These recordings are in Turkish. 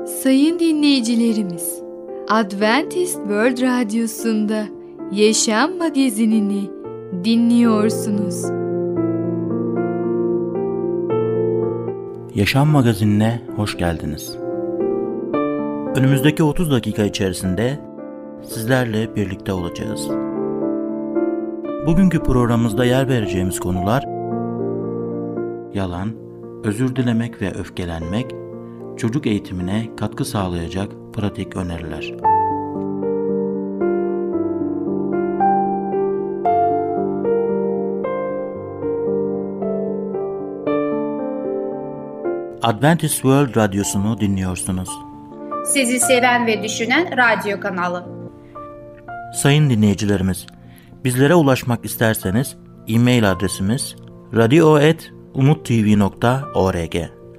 Sayın dinleyicilerimiz, Adventist World Radyosu'nda Yaşam Magazinini dinliyorsunuz. Yaşam Magazinine hoş geldiniz. Önümüzdeki 30 dakika içerisinde sizlerle birlikte olacağız. Bugünkü programımızda yer vereceğimiz konular: yalan, özür dilemek ve öfkelenmek, çocuk eğitimine katkı sağlayacak pratik öneriler. Adventist World Radyosu'nu dinliyorsunuz. Sizi seven ve düşünen radyo kanalı. Sayın dinleyicilerimiz, bizlere ulaşmak isterseniz e-mail adresimiz radio@umuttv.org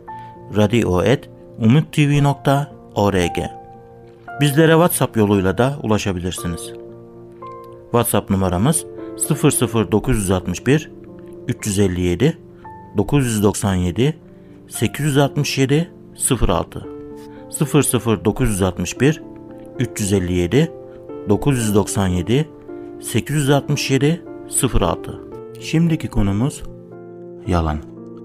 radio@umuttv.org. Bizlere WhatsApp yoluyla da ulaşabilirsiniz. WhatsApp numaramız 00961 357 997 867 06 00961 357 997 867 06. Şimdiki konumuz yalan.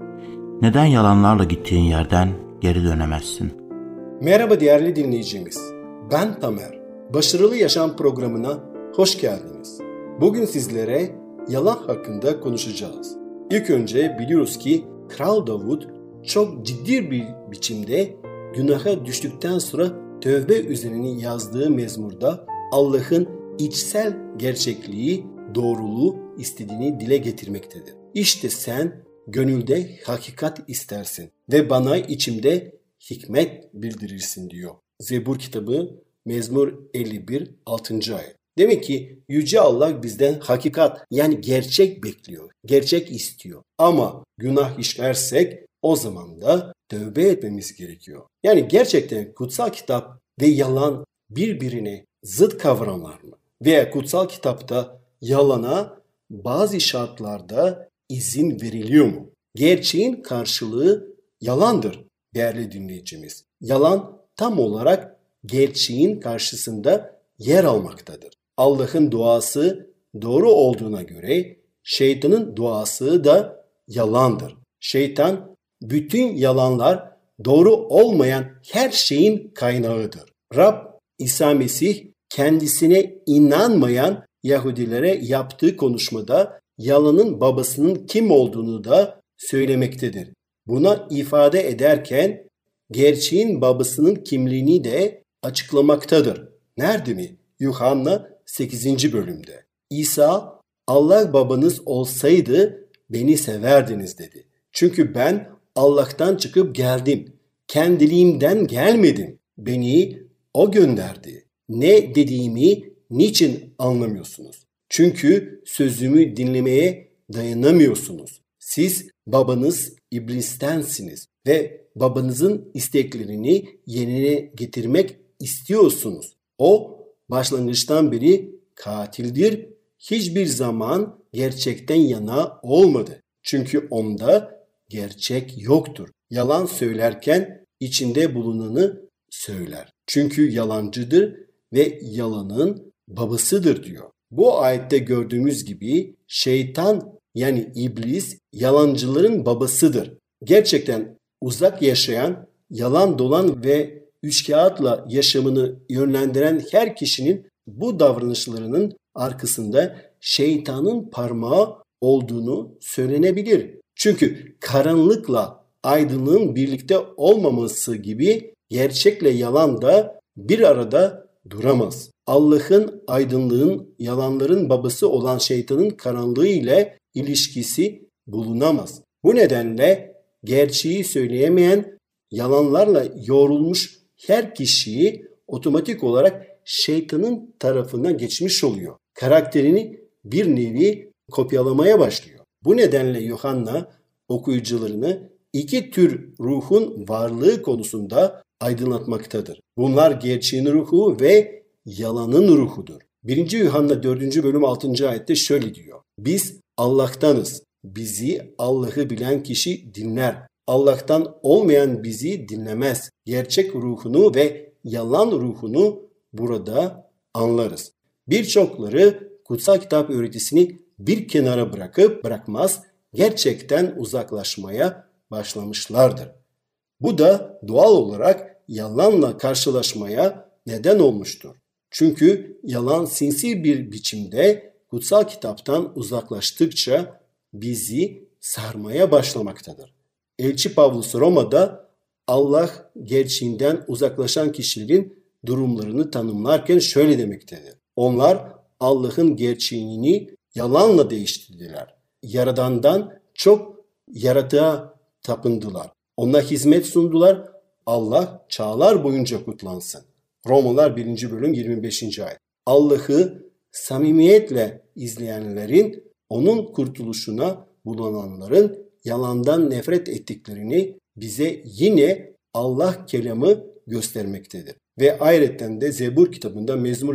Neden yalanlarla gittiğin yerden geri dönemezsin? Merhaba değerli dinleyicimiz. Ben Tamer. Başarılı Yaşam programına hoş geldiniz. Bugün sizlere yalan hakkında konuşacağız. İlk önce biliyoruz ki Kral Davud çok ciddi bir biçimde günaha düştükten sonra tövbe üzerine yazdığı mezmurda Allah'ın içsel gerçekliği, doğruluğu istediğini dile getirmektedir. İşte sen gönülde hakikat istersin ve bana içimde hikmet bildirirsin diyor. Zebur kitabı Mezmur 51 6. ayet. Demek ki Yüce Allah bizden hakikat yani gerçek bekliyor, gerçek istiyor. Ama günah işlersek o zaman da tövbe etmemiz gerekiyor. Yani gerçekten kutsal kitap ve yalan birbirine zıt kavramlar mı? Veya kutsal kitapta yalana bazı şartlarda izin veriliyor mu? Gerçeğin karşılığı yalandır değerli dinleyicimiz. Yalan tam olarak gerçeğin karşısında yer almaktadır. Allah'ın duası doğru olduğuna göre şeytanın duası da yalandır. Şeytan bütün yalanlar doğru olmayan her şeyin kaynağıdır. Rab İsa Mesih kendisine inanmayan Yahudilere yaptığı konuşmada yalanın babasının kim olduğunu da söylemektedir. Buna ifade ederken gerçeğin babasının kimliğini de açıklamaktadır. Nerede mi? Yuhanna 8. bölümde. İsa, Allah babanız olsaydı beni severdiniz dedi. Çünkü ben Allah'tan çıkıp geldim. Kendiliğimden gelmedim. Beni O gönderdi. Ne dediğimi niçin anlamıyorsunuz? Çünkü sözümü dinlemeye dayanamıyorsunuz. Siz babanız İblistensiniz ve babanızın isteklerini yerine getirmek istiyorsunuz. O başlangıçtan beri katildir. Hiçbir zaman gerçekten yana olmadı. Çünkü onda gerçek yoktur. Yalan söylerken içinde bulunanı söyler. Çünkü yalancıdır ve yalanın babasıdır diyor. Bu ayette gördüğümüz gibi şeytan yani iblis yalancıların babasıdır. Gerçekten uzak yaşayan, yalan dolan ve üçkağıtla yaşamını yönlendiren her kişinin bu davranışlarının arkasında şeytanın parmağı olduğunu söylenebilir. Çünkü karanlıkla aydınlığın birlikte olmaması gibi gerçekle yalan da bir arada duramaz. Allah'ın aydınlığın yalanların babası olan şeytanın karanlığı ile ilişkisi bulunamaz. Bu nedenle gerçeği söyleyemeyen, yalanlarla yoğrulmuş her kişiyi otomatik olarak şeytanın tarafına geçmiş oluyor. Karakterini bir nevi kopyalamaya başlıyor. Bu nedenle Yuhanna okuyucularını iki tür ruhun varlığı konusunda aydınlatmaktadır. Bunlar gerçeğin ruhu ve yalanın ruhudur. 1. Yuhanna 4. bölüm 6. ayette şöyle diyor. Biz Allah'tanız. Bizi Allah'ı bilen kişi dinler. Allah'tan olmayan bizi dinlemez. Gerçek ruhunu ve yalan ruhunu burada anlarız. Birçokları kutsal kitap öğretisini bir kenara bırakmaz, gerçekten uzaklaşmaya başlamışlardır. Bu da doğal olarak yalanla karşılaşmaya neden olmuştur. Çünkü yalan sinsi bir biçimde kutsal kitaptan uzaklaştıkça bizi sarmaya başlamaktadır. Elçi Pavlus Roma'da Allah gerçeğinden uzaklaşan kişilerin durumlarını tanımlarken şöyle demektedir. Onlar Allah'ın gerçeğini yalanla değiştirdiler. Yaradandan çok yaratığa tapındılar. Ona hizmet sundular. Allah çağlar boyunca kutlansın. Romalılar 1. bölüm 25. ayet. Allah'ı samimiyetle izleyenlerin, onun kurtuluşuna bulananların yalandan nefret ettiklerini bize yine Allah kelamı göstermektedir. Ve ayrıca de Zebur kitabında Mezmur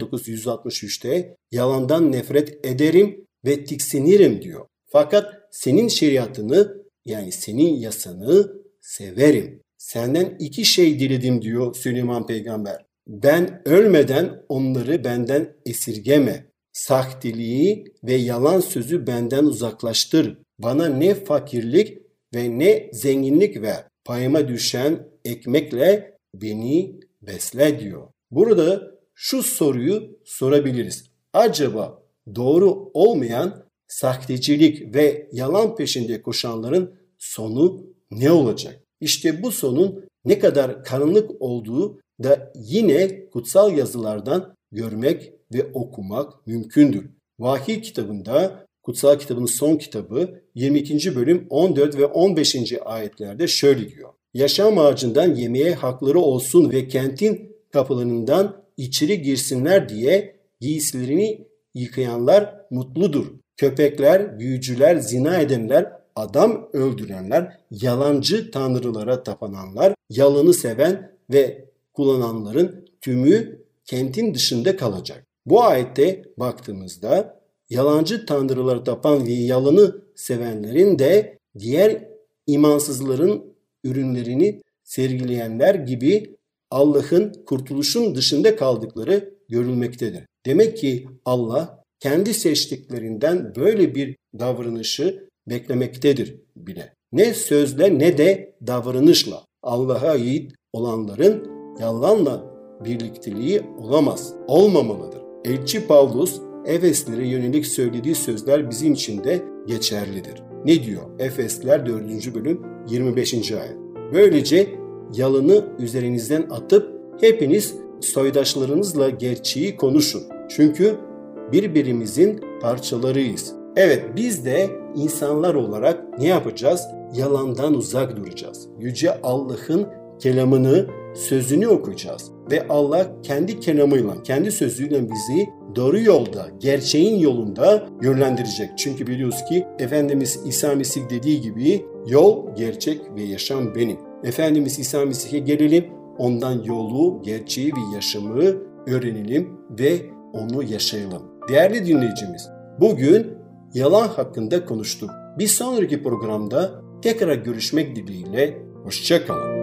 119-163'te yalandan nefret ederim ve tiksinirim diyor. Fakat senin şeriatını, yani senin yasanı severim. Senden 2 şey diledim diyor Süleyman peygamber. Ben ölmeden onları benden esirgeme. Sahteliği ve yalan sözü benden uzaklaştır. Bana ne fakirlik ve ne zenginlik ver. Payıma düşen ekmekle beni besle diyor. Burada şu soruyu sorabiliriz. Acaba doğru olmayan sahtecilik ve yalan peşinde koşanların sonu ne olacak? İşte bu sonun ne kadar karanlık olduğu da yine kutsal yazılardan görmek ve okumak mümkündür. Vahiy kitabında, kutsal kitabın son kitabı 22. bölüm 14 ve 15. ayetlerde şöyle diyor. Yaşam ağacından yemeye hakları olsun ve kentin kapılarından içeri girsinler diye giysilerini yıkayanlar mutludur. Köpekler, büyücüler, zina edenler, adam öldürenler, yalancı tanrılara tapananlar, yalanı seven ve kullananların tümü kentin dışında kalacak. Bu ayette baktığımızda yalancı tanrılara tapan ve yalanı sevenlerin de diğer imansızların ürünlerini sergileyenler gibi Allah'ın kurtuluşun dışında kaldıkları görülmektedir. Demek ki Allah kendi seçtiklerinden böyle bir davranışı beklemektedir bile. Ne sözle ne de davranışla Allah'a ait olanların yalanla birlikteliği olamaz, olmamalıdır. Elçi Pavlus Efeslilere yönelik söylediği sözler bizim için de geçerlidir. Ne diyor? Efesliler 4. bölüm 25. ayet. Böylece yalanı üzerinizden atıp hepiniz soydaşlarınızla gerçeği konuşun. Çünkü birbirimizin parçalarıyız. Evet, biz de insanlar olarak ne yapacağız? Yalandan uzak duracağız. Yüce Allah'ın kelamını, sözünü okuyacağız. Ve Allah kendi kelamıyla, kendi sözüyle bizi doğru yolda, gerçeğin yolunda yönlendirecek. Çünkü biliyoruz ki Efendimiz İsa Mesih dediği gibi yol, gerçek ve yaşam benim. Efendimiz İsa Mesih'e gelelim, ondan yolu, gerçeği ve yaşamı öğrenelim ve onu yaşayalım. Değerli dinleyicimiz, bugün yalan hakkında konuştuk. Bir sonraki programda tekrar görüşmek dileğiyle, hoşça kalın.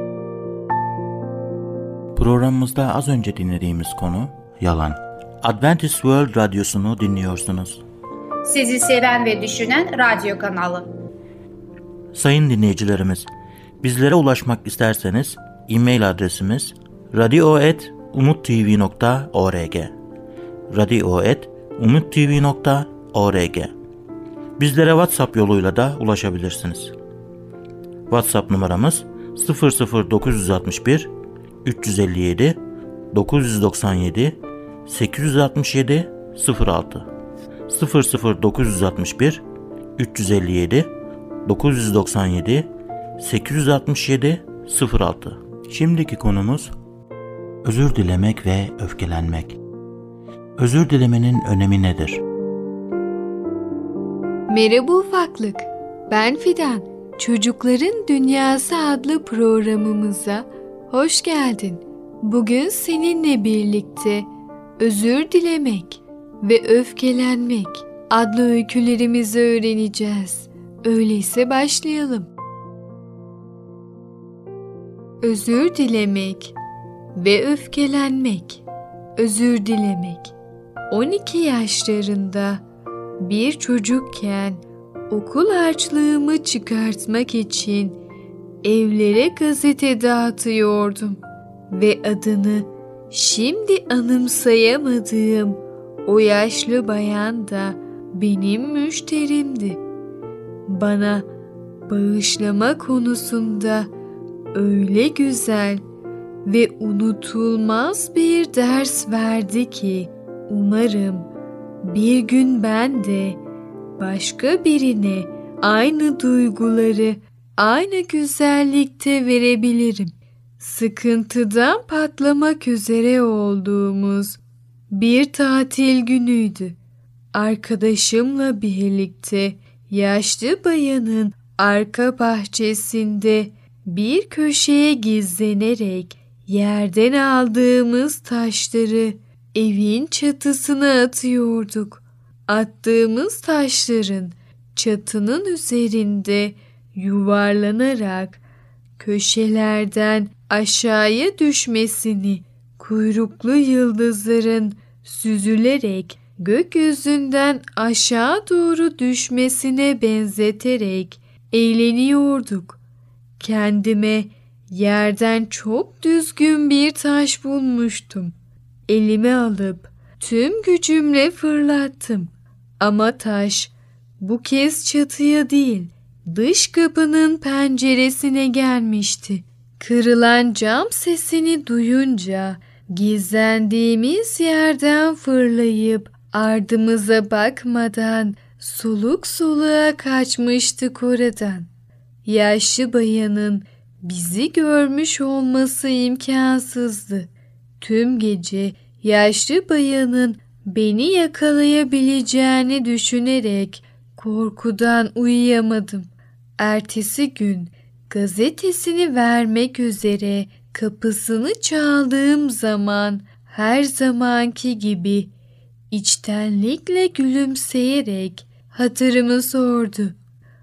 Programımızda az önce dinlediğimiz konu yalan. Adventist World Radyosu'nu dinliyorsunuz. Sizi seven ve düşünen radyo kanalı. Sayın dinleyicilerimiz, bizlere ulaşmak isterseniz e-mail adresimiz radio@umuttv.org radio@umuttv.org. Bizlere WhatsApp yoluyla da ulaşabilirsiniz. WhatsApp numaramız 00961 357 997 867 06 00961 357 997 867 06. Şimdiki konumuz özür dilemek ve öfkelenmek. Özür dilemenin önemi nedir? Merhaba ufaklık, ben Fidan. Çocukların Dünyası adlı programımıza hoş geldin. Bugün seninle birlikte özür dilemek ve öfkelenmek adlı öykülerimizi öğreneceğiz. Öyleyse başlayalım. özür dilemek ve öfkelenmek. Özür dilemek. 12 yaşlarında bir çocukken okul harçlığımı çıkartmak için evlere gazete dağıtıyordum ve adını şimdi anımsayamadığım o yaşlı bayan da benim müşterimdi. Bana bağışlama konusunda öyle güzel ve unutulmaz bir ders verdi ki umarım bir gün ben de başka birine aynı duyguları aynı güzellikte verebilirim. Sıkıntıdan patlamak üzere olduğumuz bir tatil günüydü. Arkadaşımla birlikte yaşlı bayanın arka bahçesinde bir köşeye gizlenerek yerden aldığımız taşları evin çatısına atıyorduk. Attığımız taşların çatının üzerinde yuvarlanarak köşelerden aşağıya düşmesini, kuyruklu yıldızların süzülerek gökyüzünden aşağı doğru düşmesine benzeterek eğleniyorduk. Kendime yerden çok düzgün bir taş bulmuştum. Elime alıp tüm gücümle fırlattım. Ama taş bu kez çatıya değil, dış kapının penceresine gelmişti. Kırılan cam sesini duyunca gizlendiğimiz yerden fırlayıp ardımıza bakmadan soluk soluğa kaçmıştık oradan. Yaşlı bayanın bizi görmüş olması imkansızdı. Tüm gece yaşlı bayanın beni yakalayabileceğini düşünerek korkudan uyuyamadım. Ertesi gün gazetesini vermek üzere kapısını çaldığım zaman her zamanki gibi içtenlikle gülümseyerek hatırımı sordu.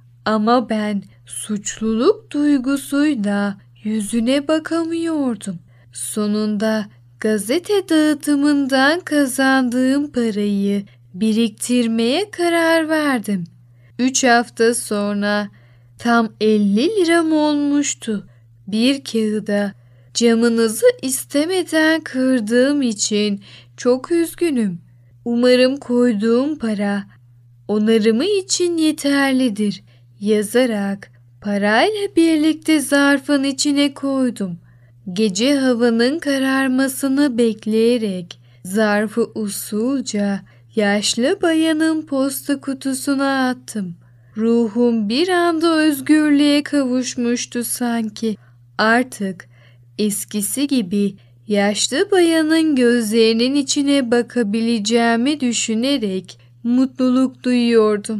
Ama ben suçluluk duygusuyla yüzüne bakamıyordum. Sonunda gazete dağıtımından kazandığım parayı biriktirmeye karar verdim. 3 hafta sonra tam 50 liram olmuştu. Bir kağıda camınızı istemeden kırdığım için çok üzgünüm. Umarım koyduğum para onarımı için yeterlidir yazarak parayla birlikte zarfın içine koydum. Gece havanın kararmasını bekleyerek zarfı usulca yaşlı bayanın posta kutusuna attım. Ruhum bir anda özgürlüğe kavuşmuştu sanki. Artık eskisi gibi yaşlı bayanın gözlerinin içine bakabileceğimi düşünerek mutluluk duyuyordum.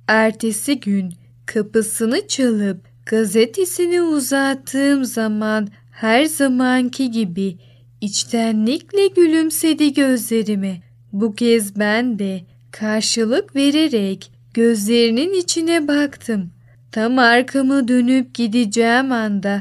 Ertesi gün kapısını çalıp gazetesini uzattığım zaman her zamanki gibi içtenlikle gülümsedi gözlerime. Bu kez ben de karşılık vererek gözlerinin içine baktım. Tam arkamı dönüp gideceğim anda,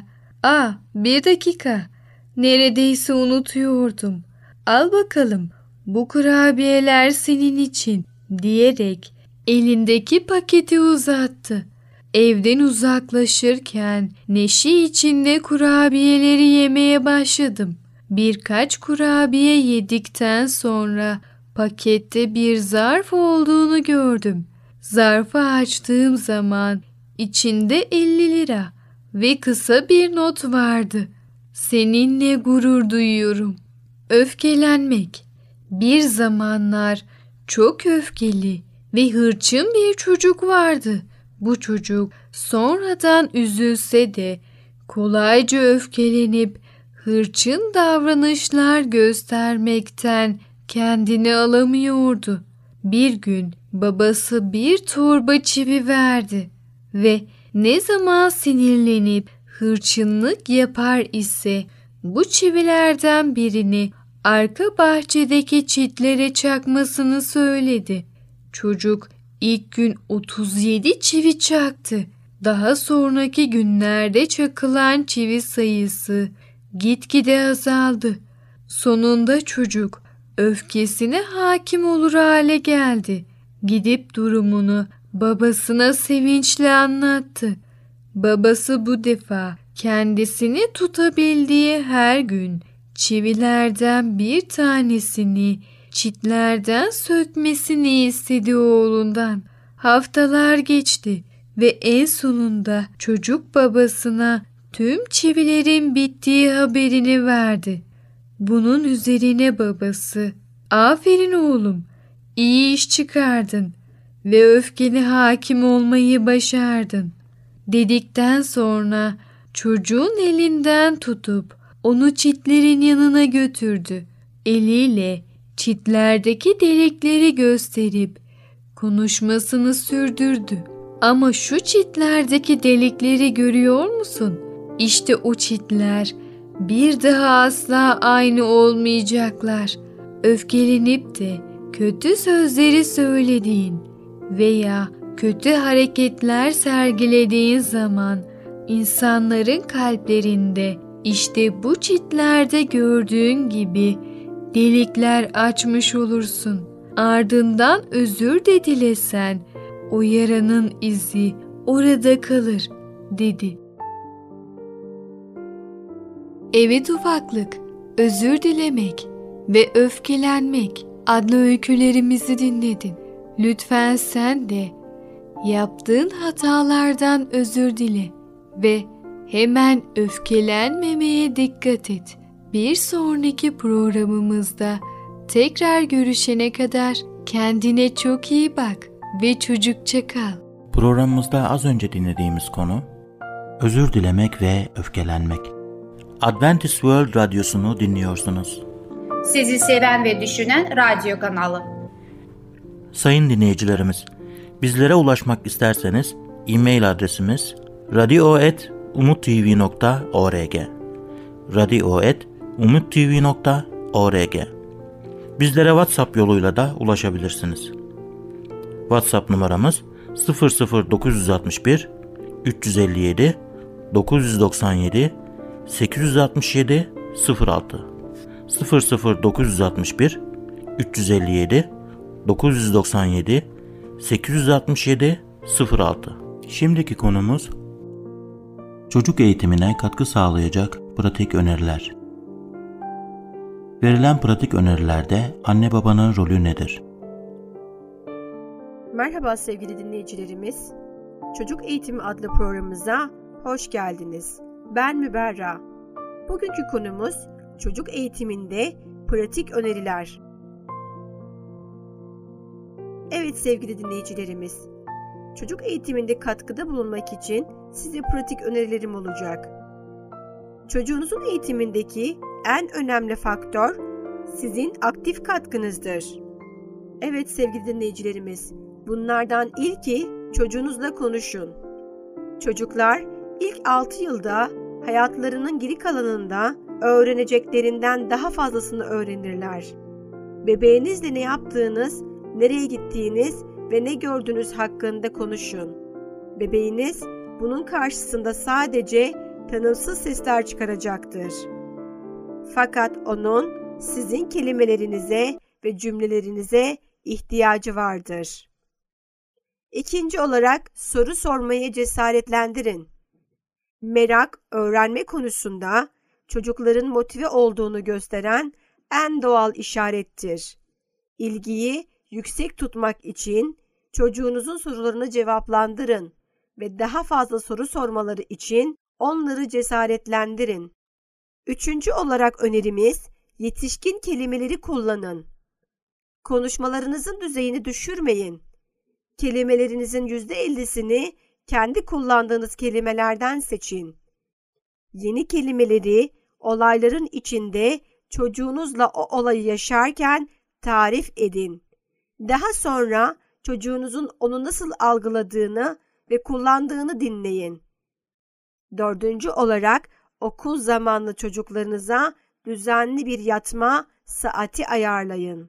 bir dakika, neredeyse unutuyordum. Al bakalım, bu kurabiyeler senin için diyerek elindeki paketi uzattı. Evden uzaklaşırken neşe içinde kurabiyeleri yemeye başladım. Birkaç kurabiye yedikten sonra pakette bir zarf olduğunu gördüm. Zarfı açtığım zaman içinde 50 lira ve kısa bir not vardı. Seninle gurur duyuyorum. Öfkelenmek. Bir zamanlar çok öfkeli ve hırçın bir çocuk vardı. Bu çocuk sonradan üzülse de kolayca öfkelenip hırçın davranışlar göstermekten kendini alamıyordu. Bir gün babası bir torba çivi verdi ve ne zaman sinirlenip hırçınlık yapar ise bu çivilerden birini arka bahçedeki çitlere çakmasını söyledi. Çocuk ilk gün 37 çivi çaktı. Daha sonraki günlerde çakılan çivi sayısı gitgide azaldı. Sonunda çocuk öfkesine hakim olur hale geldi. Gidip durumunu babasına sevinçle anlattı. Babası bu defa kendisini tutabildiği her gün çivilerden bir tanesini çitlerden sökmesini istedi oğlundan. Haftalar geçti ve en sonunda çocuk babasına tüm çivilerin bittiği haberini verdi. Bunun üzerine babası, "Aferin oğlum, iyi iş çıkardın ve öfkene hakim olmayı başardın," dedikten sonra çocuğun elinden tutup onu çitlerin yanına götürdü. Eliyle çitlerdeki delikleri gösterip konuşmasını sürdürdü. "Ama şu çitlerdeki delikleri görüyor musun? İşte o çitler bir daha asla aynı olmayacaklar. Öfkelenip de kötü sözleri söylediğin veya kötü hareketler sergilediğin zaman insanların kalplerinde işte bu çitlerde gördüğün gibi delikler açmış olursun. Ardından özür de dilesen o yaranın izi orada kalır," dedi. Evet ufaklık, özür dilemek ve öfkelenmek adlı öykülerimizi dinledin. Lütfen sen de yaptığın hatalardan özür dile ve hemen öfkelenmemeye dikkat et. Bir sonraki programımızda tekrar görüşene kadar kendine çok iyi bak ve çocukça kal. Programımızda az önce dinlediğimiz konu özür dilemek ve öfkelenmek. Adventist World Radyosu'nu dinliyorsunuz. Sizi seven ve düşünen radyo kanalı. Sayın dinleyicilerimiz, bizlere ulaşmak isterseniz e-mail adresimiz radio@umuttv.org radio@umuttv.org. Bizlere WhatsApp yoluyla da ulaşabilirsiniz. WhatsApp numaramız 00961 357 997 867 06 00961 357 997 867 06. Şimdiki konumuz çocuk eğitimine katkı sağlayacak pratik öneriler. Verilen pratik önerilerde anne babanın rolü nedir? Merhaba sevgili dinleyicilerimiz. Çocuk Eğitimi adlı programımıza hoş geldiniz. Ben Müberra. Bugünkü konumuz çocuk eğitiminde pratik öneriler. Evet sevgili dinleyicilerimiz, çocuk eğitiminde katkıda bulunmak için size pratik önerilerim olacak. Çocuğunuzun eğitimindeki en önemli faktör sizin aktif katkınızdır. Evet sevgili dinleyicilerimiz, bunlardan ilki çocuğunuzla konuşun. Çocuklar ilk 6 yılda hayatlarının geri kalanında öğreneceklerinden daha fazlasını öğrenirler. Bebeğinizle ne yaptığınız, nereye gittiğiniz ve ne gördüğünüz hakkında konuşun. Bebeğiniz bunun karşısında sadece tanımsız sesler çıkaracaktır. Fakat onun sizin kelimelerinize ve cümlelerinize ihtiyacı vardır. İkinci olarak soru sormaya cesaretlendirin. Merak, öğrenme konusunda çocukların motive olduğunu gösteren en doğal işarettir. İlgiyi yüksek tutmak için çocuğunuzun sorularını cevaplandırın ve daha fazla soru sormaları için onları cesaretlendirin. Üçüncü olarak önerimiz, yetişkin kelimeleri kullanın. Konuşmalarınızın düzeyini düşürmeyin. Kelimelerinizin %50'sini kendi kullandığınız kelimelerden seçin. Yeni kelimeleri olayların içinde çocuğunuzla o olayı yaşarken tarif edin. Daha sonra çocuğunuzun onu nasıl algıladığını ve kullandığını dinleyin. Dördüncü olarak okul zamanlı çocuklarınıza düzenli bir yatma saati ayarlayın.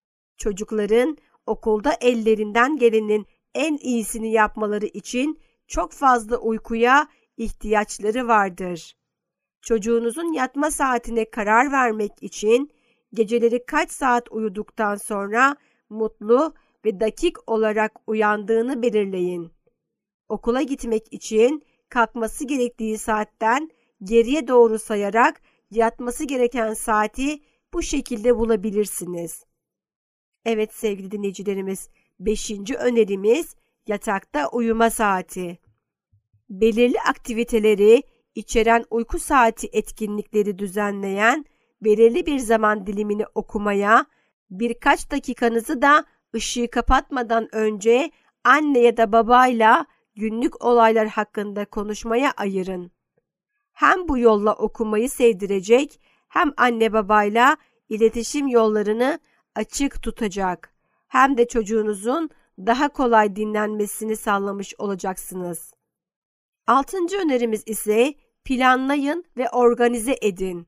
Çocukların okulda ellerinden gelenin en iyisini yapmaları için çok fazla uykuya ihtiyaçları vardır. Çocuğunuzun yatma saatine karar vermek için geceleri kaç saat uyuduktan sonra mutlu ve dakik olarak uyandığını belirleyin. Okula gitmek için kalkması gerektiği saatten geriye doğru sayarak yatması gereken saati bu şekilde bulabilirsiniz. Evet sevgili dinleyicilerimiz, 5. önerimiz yatakta uyuma saati. Belirli aktiviteleri içeren uyku saati etkinlikleri düzenleyen belirli bir zaman dilimini okumaya, birkaç dakikanızı da ışığı kapatmadan önce anne ya da babayla günlük olaylar hakkında konuşmaya ayırın. Hem bu yolla okumayı sevdirecek, hem anne babayla iletişim yollarını açık tutacak, hem de çocuğunuzun daha kolay dinlenmesini sağlamış olacaksınız. 6. önerimiz ise planlayın ve organize edin.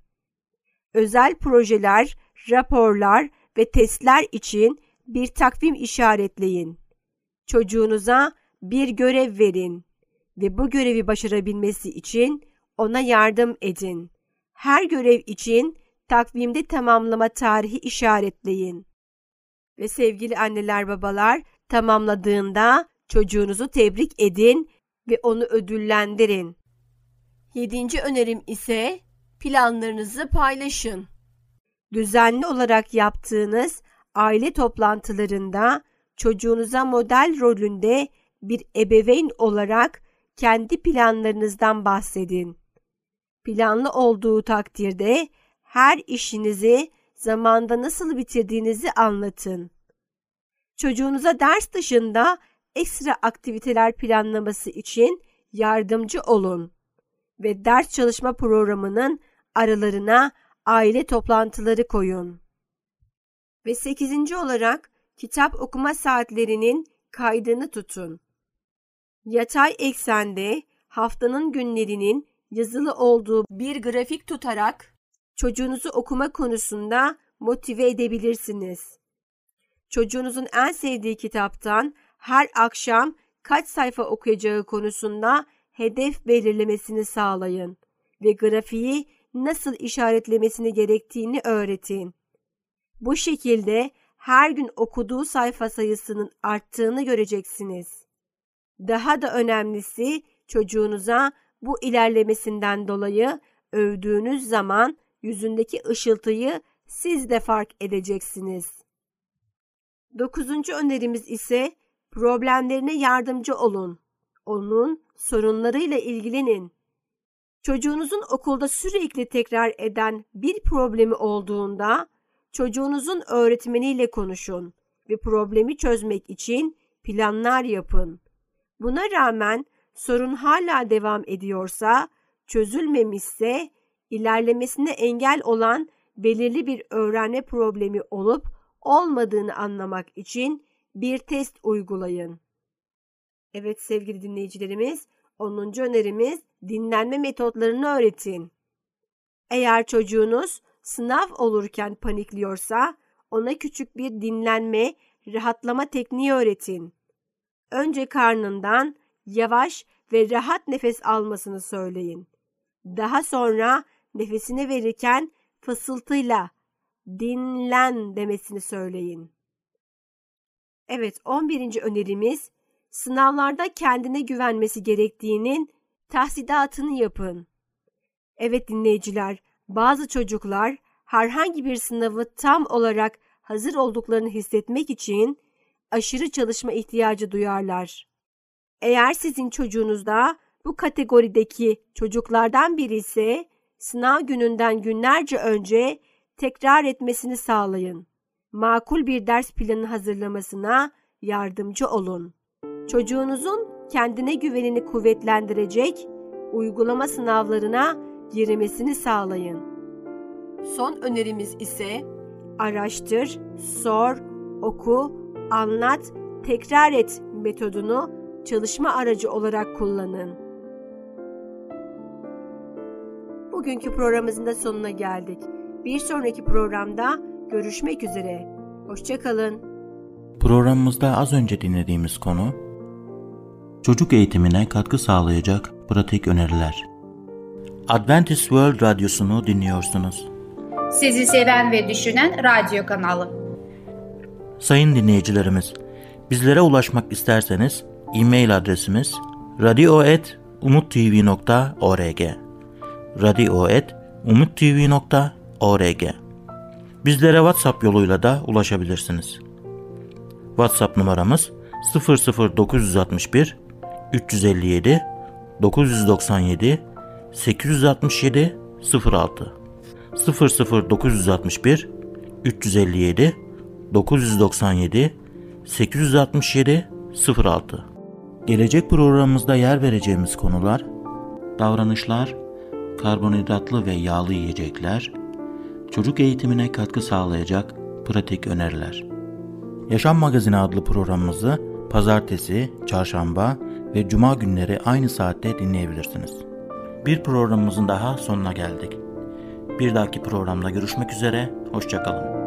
Özel projeler, raporlar ve testler için bir takvim işaretleyin. Çocuğunuza bir görev verin ve bu görevi başarabilmesi için ona yardım edin. Her görev için takvimde tamamlama tarihi işaretleyin. Ve sevgili anneler babalar, tamamladığında çocuğunuzu tebrik edin ve onu ödüllendirin. 7. önerim ise planlarınızı paylaşın. Düzenli olarak yaptığınız aile toplantılarında çocuğunuza model rolünde bir ebeveyn olarak kendi planlarınızdan bahsedin. Planlı olduğu takdirde her işinizi zamanda nasıl bitirdiğinizi anlatın. Çocuğunuza ders dışında ekstra aktiviteler planlaması için yardımcı olun ve ders çalışma programının aralarına aile toplantıları koyun. Ve 8. olarak kitap okuma saatlerinin kaydını tutun. Yatay eksende haftanın günlerinin yazılı olduğu bir grafik tutarak çocuğunuzu okuma konusunda motive edebilirsiniz. Çocuğunuzun en sevdiği kitaptan her akşam kaç sayfa okuyacağı konusunda hedef belirlemesini sağlayın ve grafiği nasıl işaretlemesini gerektiğini öğretin. Bu şekilde her gün okuduğu sayfa sayısının arttığını göreceksiniz. Daha da önemlisi, çocuğunuza bu ilerlemesinden dolayı övdüğünüz zaman yüzündeki ışıltıyı siz de fark edeceksiniz. 9. önerimiz ise problemlerine yardımcı olun. Onun sorunlarıyla ilgilenin. Çocuğunuzun okulda sürekli tekrar eden bir problemi olduğunda çocuğunuzun öğretmeniyle konuşun ve problemi çözmek için planlar yapın. Buna rağmen sorun hala devam ediyorsa, çözülmemişse, ilerlemesine engel olan belirli bir öğrenme problemi olup olmadığını anlamak için bir test uygulayın. Evet sevgili dinleyicilerimiz, 10. önerimiz dinlenme metotlarını öğretin. Eğer çocuğunuz sınav olurken panikliyorsa, ona küçük bir dinlenme, rahatlama tekniği öğretin. Önce karnından yavaş ve rahat nefes almasını söyleyin. Daha sonra nefesini verirken fısıltıyla dinlen demesini söyleyin. Evet, 11. önerimiz sınavlarda kendine güvenmesi gerektiğinin tahsidatını yapın. Evet dinleyiciler, bazı çocuklar herhangi bir sınavı tam olarak hazır olduklarını hissetmek için aşırı çalışma ihtiyacı duyarlar. Eğer sizin çocuğunuz da bu kategorideki çocuklardan biri ise sınav gününden günlerce önce tekrar etmesini sağlayın. Makul bir ders planı hazırlamasına yardımcı olun. Çocuğunuzun kendine güvenini kuvvetlendirecek uygulama sınavlarına girmesini sağlayın. Son önerimiz ise araştır, sor, oku, anlat, tekrar et metodunu çalışma aracı olarak kullanın. Bugünkü programımızın da sonuna geldik. Bir sonraki programda görüşmek üzere. Hoşça kalın. Programımızda az önce dinlediğimiz konu çocuk eğitimine katkı sağlayacak pratik öneriler. Adventist World Radyosu'nu dinliyorsunuz. Sizi seven ve düşünen radyo kanalı. Sayın dinleyicilerimiz, bizlere ulaşmak isterseniz e-mail adresimiz radio@umuttv.org radio@umuttv.org. Bizlere WhatsApp yoluyla da ulaşabilirsiniz. WhatsApp numaramız 00961 357 997 867 06 00961 357 997 867 06. Gelecek programımızda yer vereceğimiz konular: davranışlar, karbonhidratlı ve yağlı yiyecekler, çocuk eğitimine katkı sağlayacak pratik öneriler. Yaşam Magazini adlı programımızı pazartesi, çarşamba ve cuma günleri aynı saatte dinleyebilirsiniz. Bir programımızın daha sonuna geldik. Bir dahaki programda görüşmek üzere, hoşça kalın.